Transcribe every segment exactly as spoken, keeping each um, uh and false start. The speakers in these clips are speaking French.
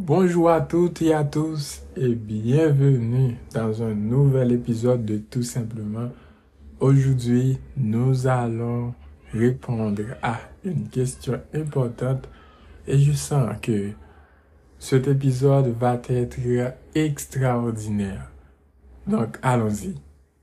Bonjour à toutes et à tous et bienvenue dans un nouvel épisode de Tout Simplement. Aujourd'hui, nous allons répondre à une question importante et je sens que cet épisode va être extraordinaire. Donc, allons-y.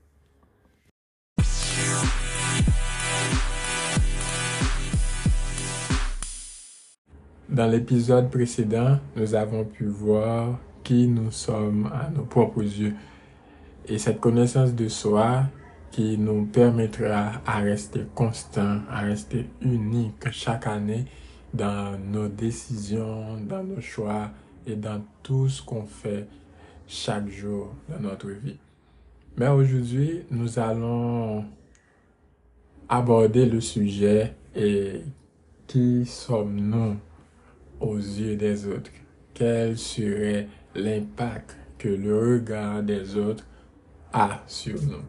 Dans l'épisode précédent, nous avons pu voir qui nous sommes à nos propres yeux. Et cette connaissance de soi qui nous permettra à rester constants, à rester uniques chaque année dans nos décisions, dans nos choix et dans tout ce qu'on fait chaque jour dans notre vie. Mais aujourd'hui, nous allons aborder le sujet et qui sommes-nous aux yeux des autres? Quel serait l'impact que le regard des autres a sur nous?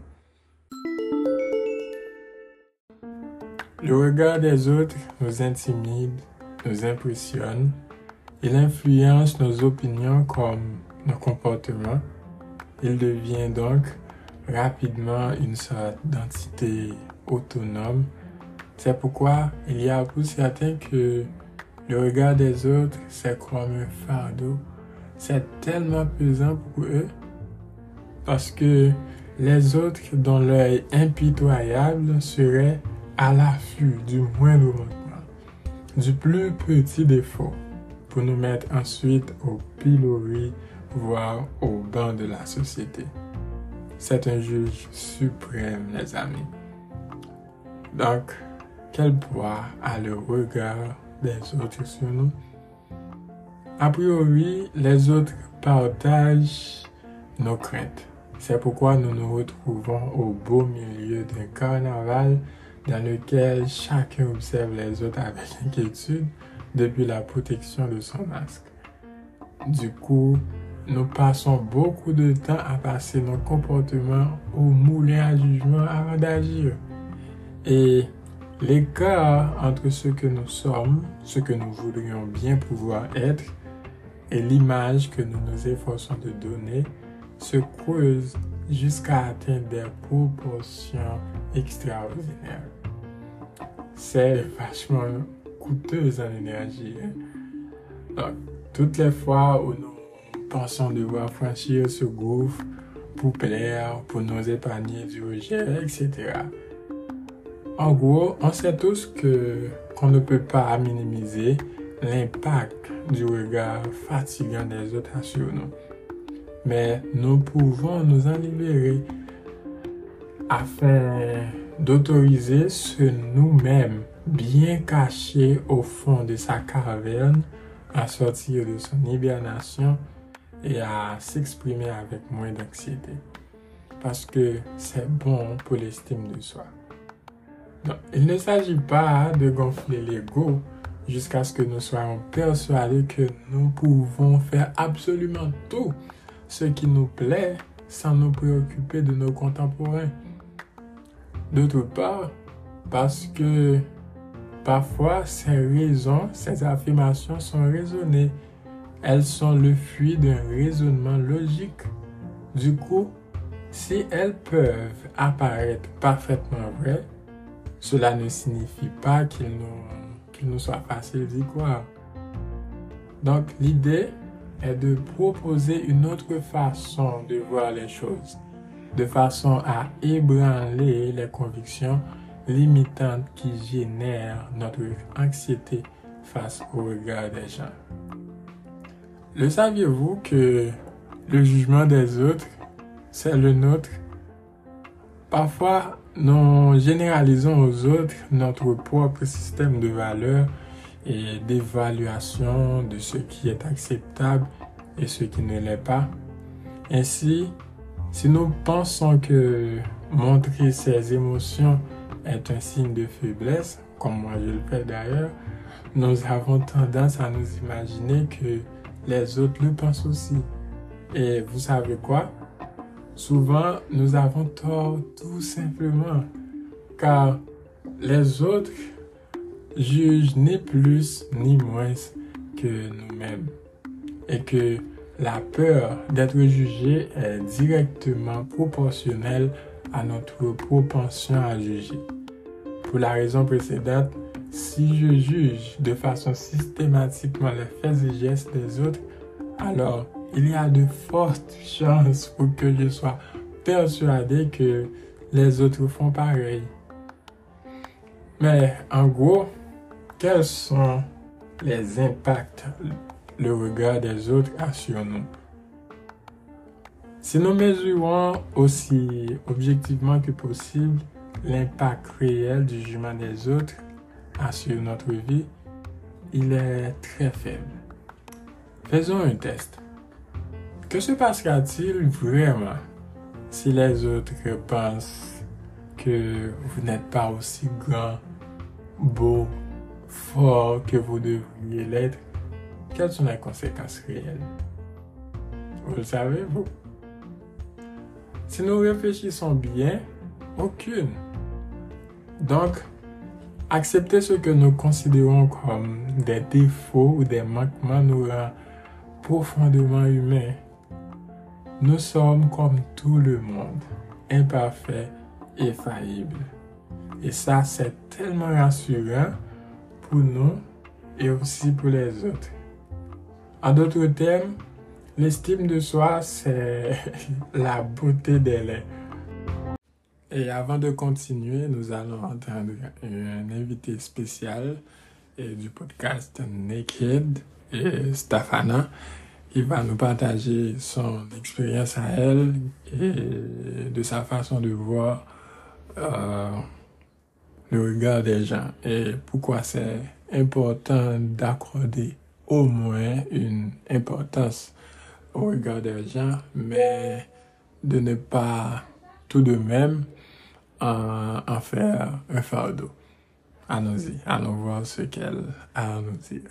Le regard des autres nous intimide, nous impressionne. Il influence nos opinions comme nos comportements. Il devient donc rapidement une sorte d'entité autonome. C'est pourquoi il y a pour certains que le regard des autres, c'est comme un fardeau. C'est tellement pesant pour eux parce que les autres, dont l'œil impitoyable, seraient à l'affût du moindre manquement, du plus petit défaut, pour nous mettre ensuite au pilori, voire au banc de la société. C'est un juge suprême, les amis. Donc, quel poids a le regard des autres sur nous? A priori, les autres partagent nos craintes. C'est pourquoi nous nous retrouvons au beau milieu d'un carnaval dans lequel chacun observe les autres avec inquiétude depuis la protection de son masque. Du coup, nous passons beaucoup de temps à passer nos comportements au moulin à jugement avant d'agir. Et l'écart entre ce que nous sommes, ce que nous voudrions bien pouvoir être, et l'image que nous nous efforçons de donner se creuse jusqu'à atteindre des proportions extraordinaires. C'est vachement coûteux en énergie. Hein? Donc, toutes les fois où nous pensons devoir franchir ce gouffre pour plaire, pour nous épargner du rejet, et cetera. En gros, on sait tous que qu'on ne peut pas minimiser l'impact du regard fatigant des autres sur nous. Mais nous pouvons nous en libérer afin d'autoriser ce nous-mêmes bien caché au fond de sa caverne à sortir de son hibernation et à s'exprimer avec moins d'anxiété. Parce que c'est bon pour l'estime de soi. Non, il ne s'agit pas de gonfler l'ego jusqu'à ce que nous soyons persuadés que nous pouvons faire absolument tout ce qui nous plaît sans nous préoccuper de nos contemporains. D'autre part, parce que parfois ces raisons, ces affirmations sont raisonnées. Elles sont le fruit d'un raisonnement logique. Du coup, si elles peuvent apparaître parfaitement vraies, cela ne signifie pas qu'il nous, qu'il nous soit facile d'y croire. Donc, l'idée est de proposer une autre façon de voir les choses, de façon à ébranler les convictions limitantes qui génèrent notre anxiété face au regard des gens. Le saviez-vous que le jugement des autres, c'est le nôtre? Parfois, nous généralisons aux autres notre propre système de valeurs et d'évaluation de ce qui est acceptable et ce qui ne l'est pas. Ainsi, si nous pensons que montrer ses émotions est un signe de faiblesse, comme moi je le fais d'ailleurs, nous avons tendance à nous imaginer que les autres le pensent aussi. Et vous savez quoi? Souvent, nous avons tort tout simplement, car les autres jugent ni plus ni moins que nous-mêmes. et que la peur d'être jugé est directement proportionnelle à notre propension à juger. Pour la raison précédente, si je juge de façon systématiquement les faits et gestes des autres, alors il y a de fortes chances pour que je sois persuadé que les autres font pareil. Mais en gros, quels sont les impacts le regard des autres a sur nous? Si nous mesurons aussi objectivement que possible l'impact réel du jugement des autres a sur notre vie, il est très faible. Faisons un test. Que se passera-t-il vraiment si les autres pensent que vous n'êtes pas aussi grand, beau, fort que vous devriez l'être? Quelles sont les conséquences réelles? Vous le savez, vous? Si nous réfléchissons bien, aucune. Donc, accepter ce que nous considérons comme des défauts ou des manquements nous rend profondément humains. Nous sommes comme tout le monde, imparfaits et faillibles. Et ça, c'est tellement rassurant pour nous et aussi pour les autres. En d'autres termes, l'estime de soi, c'est la beauté des laits. Et avant de continuer, nous allons entendre un invité spécial du podcast Naked, et Stefana. Il va nous partager son expérience à elle et de sa façon de voir euh, le regard des gens et pourquoi c'est important d'accorder au moins une importance au regard des gens, mais de ne pas tout de même en, en faire un fardeau. Allons-y, allons voir ce qu'elle a à nous dire.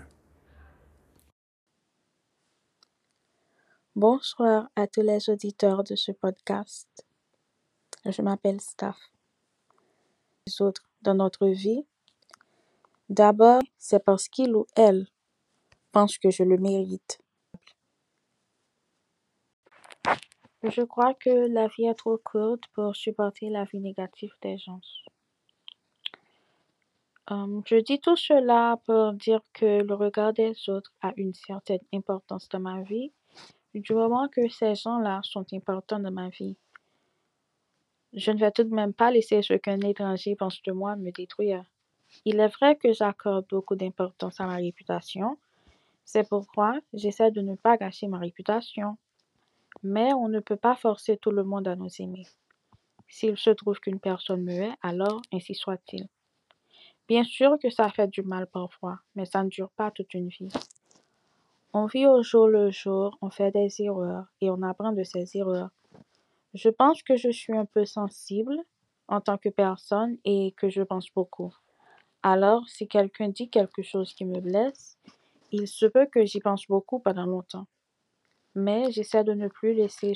Bonsoir à tous les auditeurs de ce podcast. Je m'appelle Steph. Les autres dans notre vie, d'abord, c'est parce qu'il ou elle pense que je le mérite. Je crois que la vie est trop courte pour supporter la vie négative des gens. Um, je dis tout cela pour dire que le regard des autres a une certaine importance dans ma vie, du moment que ces gens-là sont importants dans ma vie. Je ne vais tout de même pas laisser ce qu'un étranger pense de moi me détruire. Il est vrai que j'accorde beaucoup d'importance à ma réputation, c'est pourquoi j'essaie de ne pas gâcher ma réputation. Mais on ne peut pas forcer tout le monde à nous aimer. S'il se trouve qu'une personne me hait, alors ainsi soit-il. Bien sûr que ça fait du mal parfois, mais ça ne dure pas toute une vie. On vit au jour le jour, on fait des erreurs et on apprend de ces erreurs. Je pense que je suis un peu sensible en tant que personne et que je pense beaucoup. Alors, si quelqu'un dit quelque chose qui me blesse, il se peut que j'y pense beaucoup pendant longtemps. Mais j'essaie de ne plus laisser...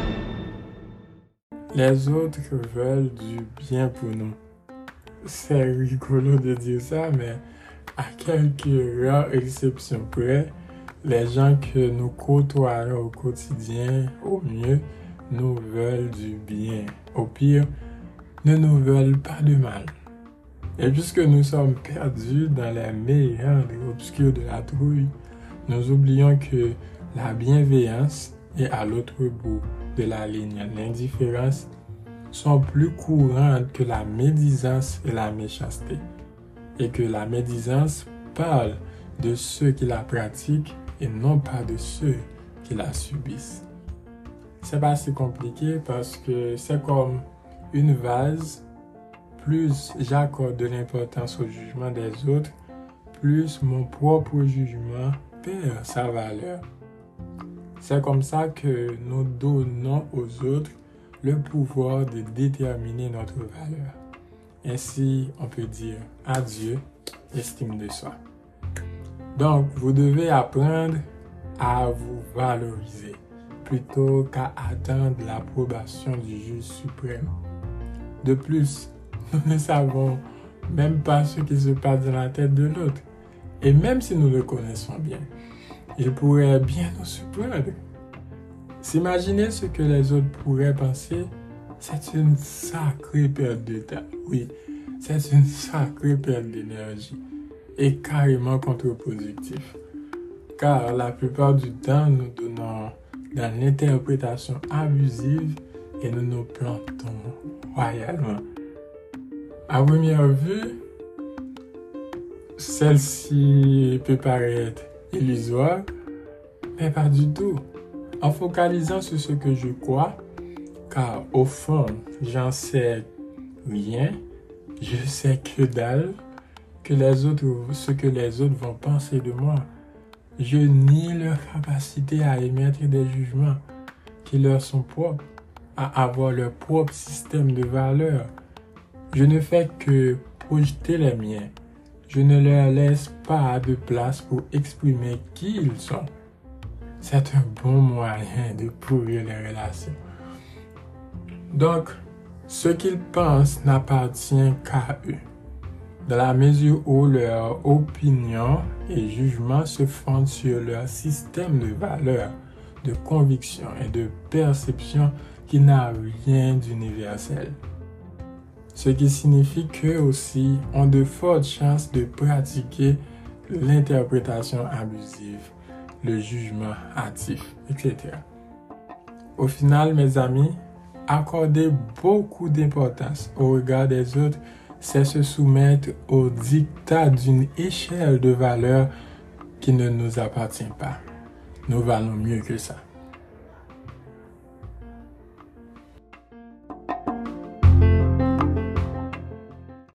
Les autres veulent du bien pour nous. C'est rigolo de dire ça, mais à quelques rares exceptions près, les gens que nous côtoyons au quotidien, au mieux, nous veulent du bien. Au pire, ne nous veulent pas de mal. Et puisque nous sommes perdus dans les méandres obscurs de la trouille, nous oublions que la bienveillance et à l'autre bout de la ligne, l'indifférence sont plus courantes que la médisance et la méchanceté. Et que la médisance parle de ceux qui la pratiquent et non pas de ceux qui la subissent. C'est pas si compliqué parce que c'est comme une vase. Plus j'accorde de l'importance au jugement des autres, plus mon propre jugement perd sa valeur. C'est comme ça que nous donnons aux autres le pouvoir de déterminer notre valeur. Ainsi, on peut dire adieu, estime de soi. Donc, vous devez apprendre à vous valoriser plutôt qu'à attendre l'approbation du juge suprême. De plus, nous ne savons même pas ce qui se passe dans la tête de l'autre. Et même si nous le connaissons bien, il pourrait bien nous surprendre. S'imaginer ce que les autres pourraient penser, c'est une sacrée perte de temps. Oui, c'est une sacrée perte d'énergie et carrément contre-productif. Car la plupart du temps, nous donnons dans l'interprétation abusive et nous nous plantons royalement. À première vue, celle-ci peut paraître illusoire, mais pas du tout. En focalisant sur ce que je crois, car au fond, j'en sais rien, je sais que dalle, que les autres, ce que les autres vont penser de moi. Je nie leur capacité à émettre des jugements qui leur sont propres, à avoir leur propre système de valeurs. Je ne fais que projeter les miens. Je ne leur laisse pas de place pour exprimer qui ils sont. C'est un bon moyen de pourrir les relations. Donc, ce qu'ils pensent n'appartient qu'à eux, dans la mesure où leur opinion et jugement se fondent sur leur système de valeurs, de conviction et de perception qui n'a rien d'universel. Ce qui signifie qu'eux aussi ont de fortes chances de pratiquer l'interprétation abusive, le jugement hâtif, et cetera. Au final, mes amis, accorder beaucoup d'importance au regard des autres, c'est se soumettre au diktat d'une échelle de valeurs qui ne nous appartient pas. Nous valons mieux que ça.